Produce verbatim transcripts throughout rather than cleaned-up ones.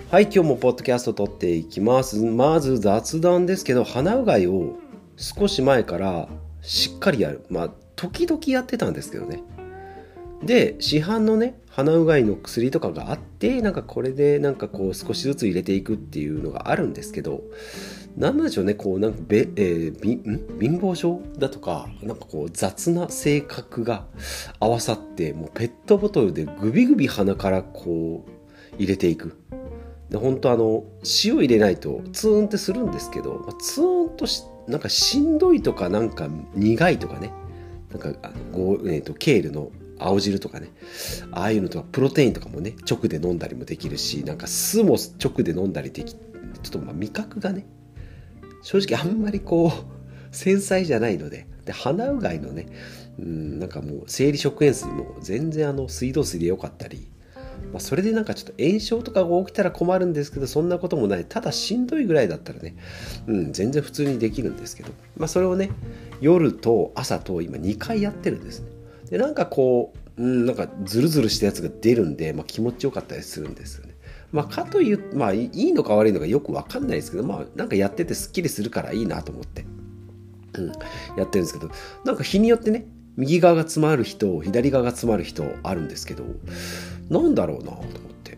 はい、今日もポッドキャスト撮っていきます。まず雑談ですけど、鼻うがいを少し前からしっかりやる。まあ、時々やってたんですけどね。で、市販のね、鼻うがいの薬とかがあって、なんかこれでなんかこう少しずつ入れていくっていうのがあるんですけど、なんなんでしょうね、こうなんかべ、えー、びん貧乏症だとか、なんかこう雑な性格が合わさって、もうペットボトルでグビグビ鼻からこう入れていく。で本当あの塩入れないとツーンってするんですけど、ツーンとしなんかしんどいとかなんか苦いとかね、なんかあの、えー、とケールの青汁とかね、ああいうのとかプロテインとかもね直で飲んだりもできるし、なんか酢も直で飲んだりでき、ちょっとまあ味覚がね正直あんまりこう繊細じゃないので、で鼻うがいのね、うんなんかもう生理食塩水も全然あの水道水でよかったり、まあ、それでなんかちょっと炎症とかが起きたら困るんですけど、そんなこともない。ただしんどいぐらいだったらね、うん、全然普通にできるんですけど、まあ、それをね夜と朝と今にかいやってるんですね。でなんかこう、うん、なんかズルズルしたやつが出るんで、まあ、気持ちよかったりするんですよね。まあ、かという、まあいいのか悪いのかよく分かんないですけど、まあなんかやっててすっきりするからいいなと思って、うん、やってるんですけど、なんか日によってね右側が詰まる人、左側が詰まる人あるんですけど、なんだろうなと思って、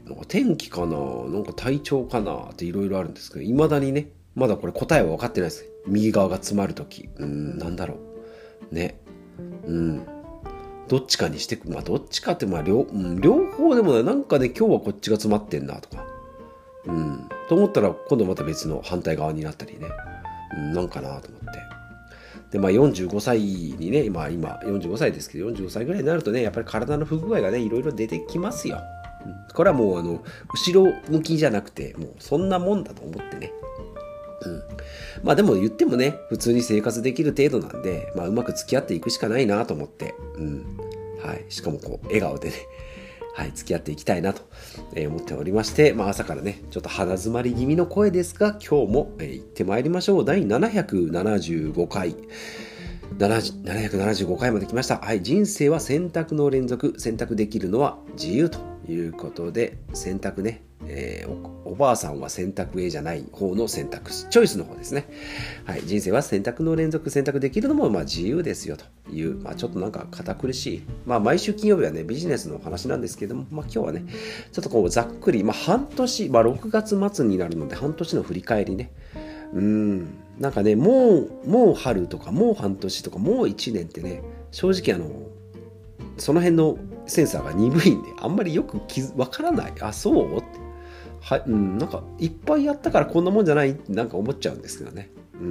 なんか天気かな、なんか体調かなっていろいろあるんですけど、いまだにねまだこれ答えは分かってないです。右側が詰まるとき、うーんなんだろうね、うんどっちかにしてく、まあどっちかってまあ 両,、うん、両方でもない、なんかね今日はこっちが詰まってんなとか、うんと思ったら今度また別の反対側になったりね、うん、なんかなと思って。でまあ、よんじゅうごさいにね、今、今よんじゅうごさいですけど、よんじゅうごさいぐらいになるとね、やっぱり体の不具合がねいろいろ出てきますよ。うん、これはもうあの後ろ向きじゃなくて、もうそんなもんだと思ってね、うん、まあでも言ってもね普通に生活できる程度なんで、まあ、うまく付き合っていくしかないなと思って、うんはい、しかもこう笑顔でねはい、付き合っていきたいなと思っておりまして、まあ、朝からねちょっと鼻詰まり気味の声ですが、今日も行ってまいりましょう。第ななひゃくななじゅうごかいななひゃくななじゅうごかいまで来ました。はい、人生は選択の連続、選択できるのは自由ということで、選択ね、えー、お, おばあさんは選択 A じゃない方の選択肢、チョイスの方ですね。はい、人生は選択の連続、選択できるのもまあ自由ですよという、まあ、ちょっとなんか堅苦しい、まあ、毎週金曜日はねビジネスの話なんですけども、まあ、今日はねちょっとこうざっくり、まあ、半年、まあ、ろくがつ末になるので半年の振り返りね、うーんなんかねもうもう春とかもう半年とかもういちねんってね、正直あのその辺のセンサーが鈍いんであんまりよくわからない。あそうってはい、うん、なんかいっぱいやったからこんなもんじゃないってなんか思っちゃうんですけどね。うん。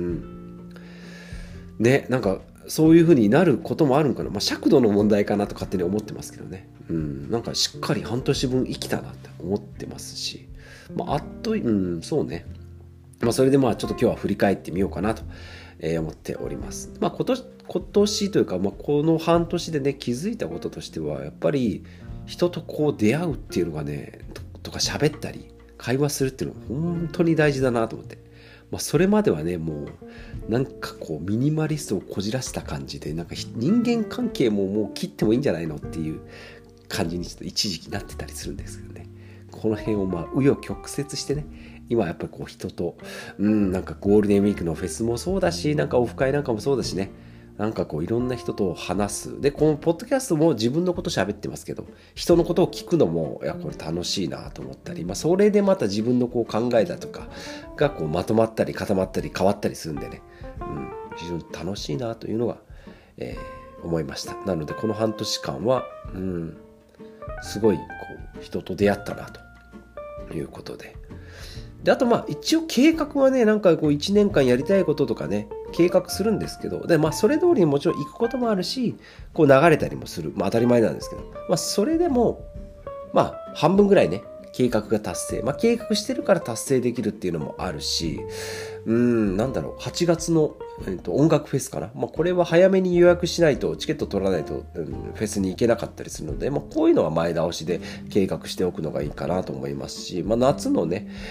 ね、なんかそういう風になることもあるんかな。まあ尺度の問題かなと勝手に思ってますけどね。うん、なんかしっかり半年分生きたなって思ってますし、まああっという、うん、そうね。まあそれでまあちょっと今日は振り返ってみようかなと思っております。まあ今年、今年というか、まあ、この半年でね気づいたこととしては、やっぱり人とこう出会うっていうのがね、とか喋ったり会話するっていうのが本当に大事だなと思って、まあ、それまではねもうなんかこうミニマリストをこじらせた感じで、なんか人間関係ももう切ってもいいんじゃないのっていう感じにちょっと一時期なってたりするんですけどね、この辺をまあ紆余曲折してね、今やっぱりこう人と、うんなんかゴールデンウィークのフェスもそうだし、なんかオフ会なんかもそうだしね、なんかこういろんな人と話す。で、このポッドキャストも自分のこと喋ってますけど、人のことを聞くのも、いや、これ楽しいなと思ったり、まあ、それでまた自分のこう考えだとかがこうまとまったり固まったり変わったりするんでね、うん、非常に楽しいなというのが、えー、思いました。なので、この半年間は、うん、すごいこう人と出会ったなということで。であとまあ一応計画はね、なんかこういちねんかんやりたいこととかね計画するんですけど、でまあそれ通りにもちろん行くこともあるし、こう流れたりもする、まあ当たり前なんですけど、まあそれでもまあ半分ぐらいね計画が達成、まあ計画してるから達成できるっていうのもあるし、うーんなんだろうはちがつの、えー、と音楽フェスかな、まあこれは早めに予約しないとチケット取らないと、うん、フェスに行けなかったりするので、まあこういうのは前倒しで計画しておくのがいいかなと思いますし、まあ夏のね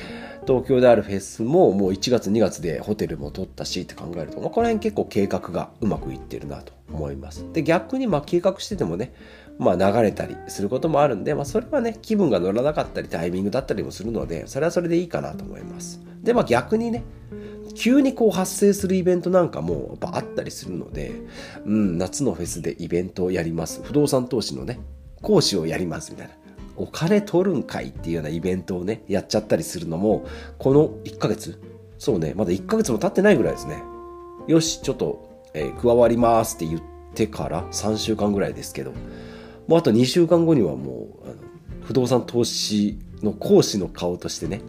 東京であるフェスももういちがつにがつでホテルも取ったしって考えると、まあ、この辺結構計画がうまくいってるなと思います。で逆にまあ計画しててもね、まあ、流れたりすることもあるんで、まあ、それはね気分が乗らなかったりタイミングだったりもするので、それはそれでいいかなと思います。でまあ逆にね急にこう発生するイベントなんかもやっぱあったりするので、うん、夏のフェスでイベントをやります、不動産投資のね講師をやりますみたいな、お金取るんかいっていうようなイベントをねやっちゃったりするのもこのいっかげつ、そうねまだいっかげつも経ってないぐらいですね。よしちょっと、えー、加わりますって言ってからさんしゅうかんぐらいですけど、もうあとにしゅうかんごにはもうあの不動産投資の講師の顔としてね、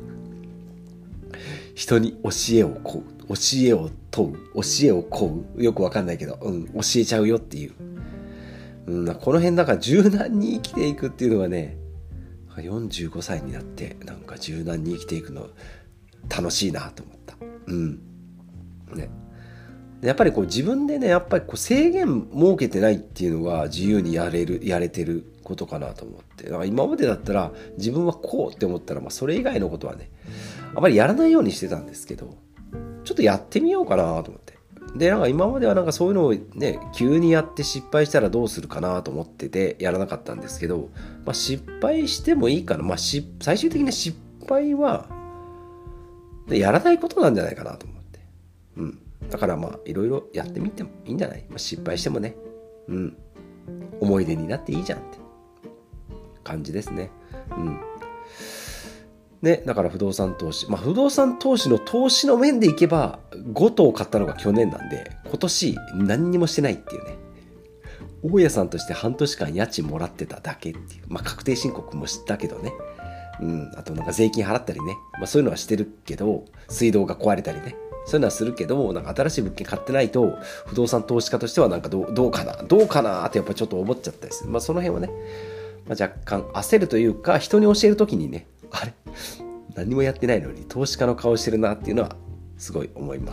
人に教えを請う、教えを問う、教えを請う、よくわかんないけど、うん、教えちゃうよっていう、うん、この辺だから柔軟に生きていくっていうのはね、よんじゅうごさいになってなんか柔軟に生きていくの楽しいなと思った。うんね、やっぱりこう自分でねやっぱりこう制限設けてないっていうのが自由にやれるやれてることかなと思って、だから今までだったら自分はこうって思ったら、まあ、それ以外のことはねあまりやらないようにしてたんですけど、ちょっとやってみようかなと思って、でなんか今まではなんかそういうのをね急にやって失敗したらどうするかなと思っててやらなかったんですけど、まあ、失敗してもいいかな、まあ、し最終的に失敗はやらないことなんじゃないかなと思って、うん、だからまあいろいろやってみてもいいんじゃない、まあ、失敗してもね、うん、思い出になっていいじゃんって感じですね。うんね、だから不動産投資、まあ、不動産投資の投資の面でいけばごとう買ったのが去年なんで、今年何にもしてないっていうね、大家さんとして半年間家賃もらってただけっていう、まあ確定申告もしたけどね、うん、あとなんか税金払ったりね、まあそういうのはしてるけど、水道が壊れたりね、そういうのはするけども、なんか新しい物件買ってないと不動産投資家としてはなんかどう、どうかなどうかなってやっぱちょっと思っちゃったりする。まあその辺はね、まあ、若干焦るというか、人に教えるときにね、あれ何もやってないのに投資家の顔してるなっていうのはすごい思います、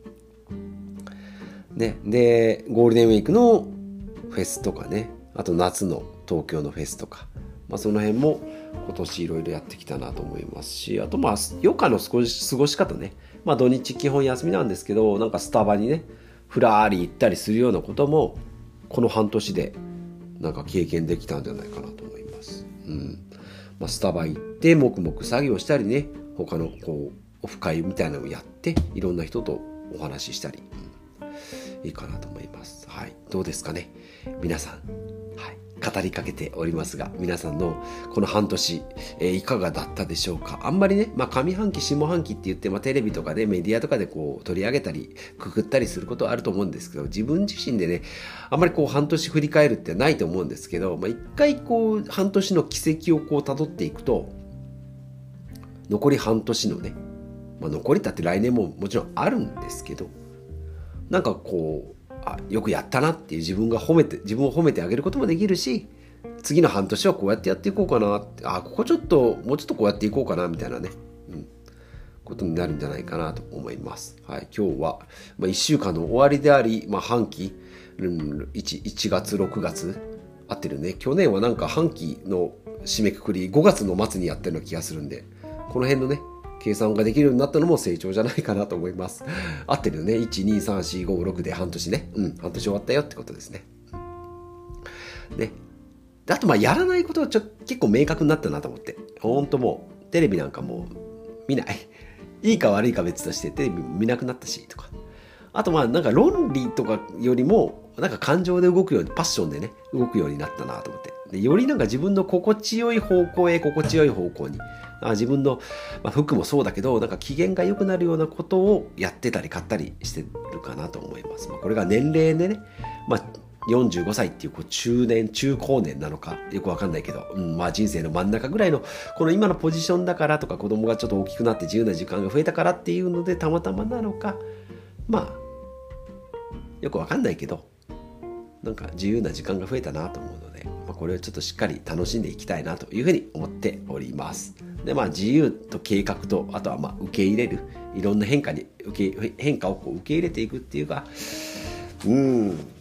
うんね、でゴールデンウィークのフェスとかね、あと夏の東京のフェスとか、まあ、その辺も今年いろいろやってきたなと思いますし、あとまあ余暇の過ごし、過ごし方ね、まあ土日基本休みなんですけど、なんかスタバにねふらーり行ったりするようなこともこの半年でなんか経験できたんじゃないかなと思います。うんまあ、スタバ行って黙々作業したりね、他のこうオフ会みたいなのをやっていろんな人とお話ししたり、うん、いいかなと思います。はい、どうですかね皆さん、はい、語りかけておりますが、皆さんのこの半年、えー、いかがだったでしょうか。あんまりね、まあ、上半期下半期って言って、まあ、テレビとかでメディアとかでこう取り上げたりくくったりすることはあると思うんですけど、自分自身でねあんまりこう半年振り返るってないと思うんですけど、まあ、一回こう半年の軌跡をこう辿っていくと、残り半年のね、まあ、残りだって来年ももちろんあるんですけど、なんかこうあよくやったなっていう自分が褒めて自分を褒めてあげることもできるし、次の半年はこうやってやっていこうかなって、あここちょっともうちょっとこうやっていこうかなみたいなね、うん、ことになるんじゃないかなと思います。はい、今日は、まあ、いっしゅうかんの終わりであり、まあ、半期、うん、1, いちがつろくがつ合ってるね。去年はなんか半期の締めくくりごがつの末にやってるような気がするんで、この辺のね計算ができるようになったのも成長じゃないかなと思います。合ってるよね。いち、に、さん、し、ご、ろくで半年ね。うん、半年終わったよってことですね。ね。あとまあやらないことはちょ結構明確になったなと思って。ほんともうテレビなんかもう見ない。いいか悪いか別としてテレビ見なくなったしとか。あとまあなんか論理とかよりもなんか感情で動くように、パッションでね動くようになったなと思って。でよりなんか自分の心地よい方向へ心地よい方向に、あ自分の、まあ、服もそうだけどなんか機嫌が良くなるようなことをやってたり買ったりしてるかなと思います。まあ、これが年齢でね、まあ、よんじゅうごさいっていうこう中年中高年なのかよくわかんないけど、うん、まあ人生の真ん中ぐらいのこの今のポジションだからとか、子供がちょっと大きくなって自由な時間が増えたからっていうのでたまたまなのか、まあよくわかんないけどなんか自由な時間が増えたなと思うので、まあ、これをちょっとしっかり楽しんでいきたいなというふうに思っております。でまあ自由と計画と、あとはまあ受け入れる、いろんな変化に受け変化をこう受け入れていくっていうか、うん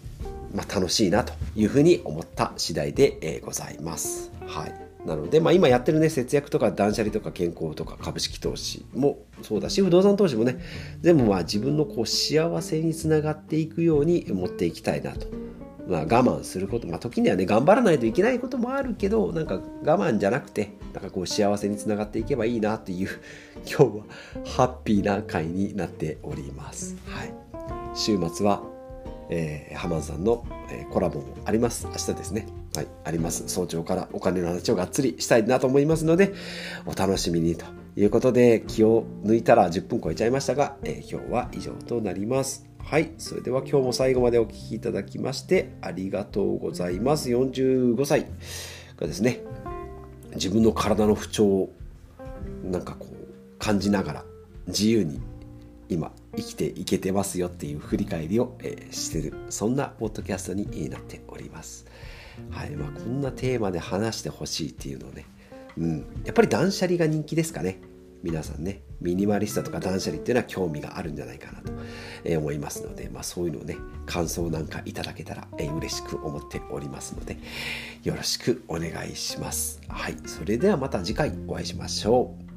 まあ、楽しいなというふうに思った次第で、えー、ございます。はい。なので、まあ、今やってるね、節約とか断捨離とか健康とか株式投資もそうだし、不動産投資もね、全部まあ自分のこう幸せにつながっていくように持っていきたいなと。まあ、我慢すること、まあ、時にはね、頑張らないといけないこともあるけど、なんか我慢じゃなくて、なんかこう幸せにつながっていけばいいなっていう、今日はハッピーな回になっております。はい。週末は、えー、ハマンさんの、えー、コラボもあります。明日ですね。はい、あります。早朝からお金の話をがっつりしたいなと思いますので、お楽しみにということで、気を抜いたらじゅっぷん超えちゃいましたが、えー、今日は以上となります。はい、それでは今日も最後までお聞きいただきましてありがとうございます。よんじゅうごさいがですね、自分の体の不調をなんかこう感じながら自由に今生きていけてますよっていう振り返りを、えー、してる、そんなポッドキャストになっております。はい、まあ、こんなテーマで話してほしいっていうのをね、うん、やっぱり断捨離が人気ですかね。皆さんね、ミニマリストとか断捨離っていうのは興味があるんじゃないかなと思いますので、まあ、そういうのをね、感想なんかいただけたら嬉しく思っておりますので、よろしくお願いします。はい、それではまた次回お会いしましょう。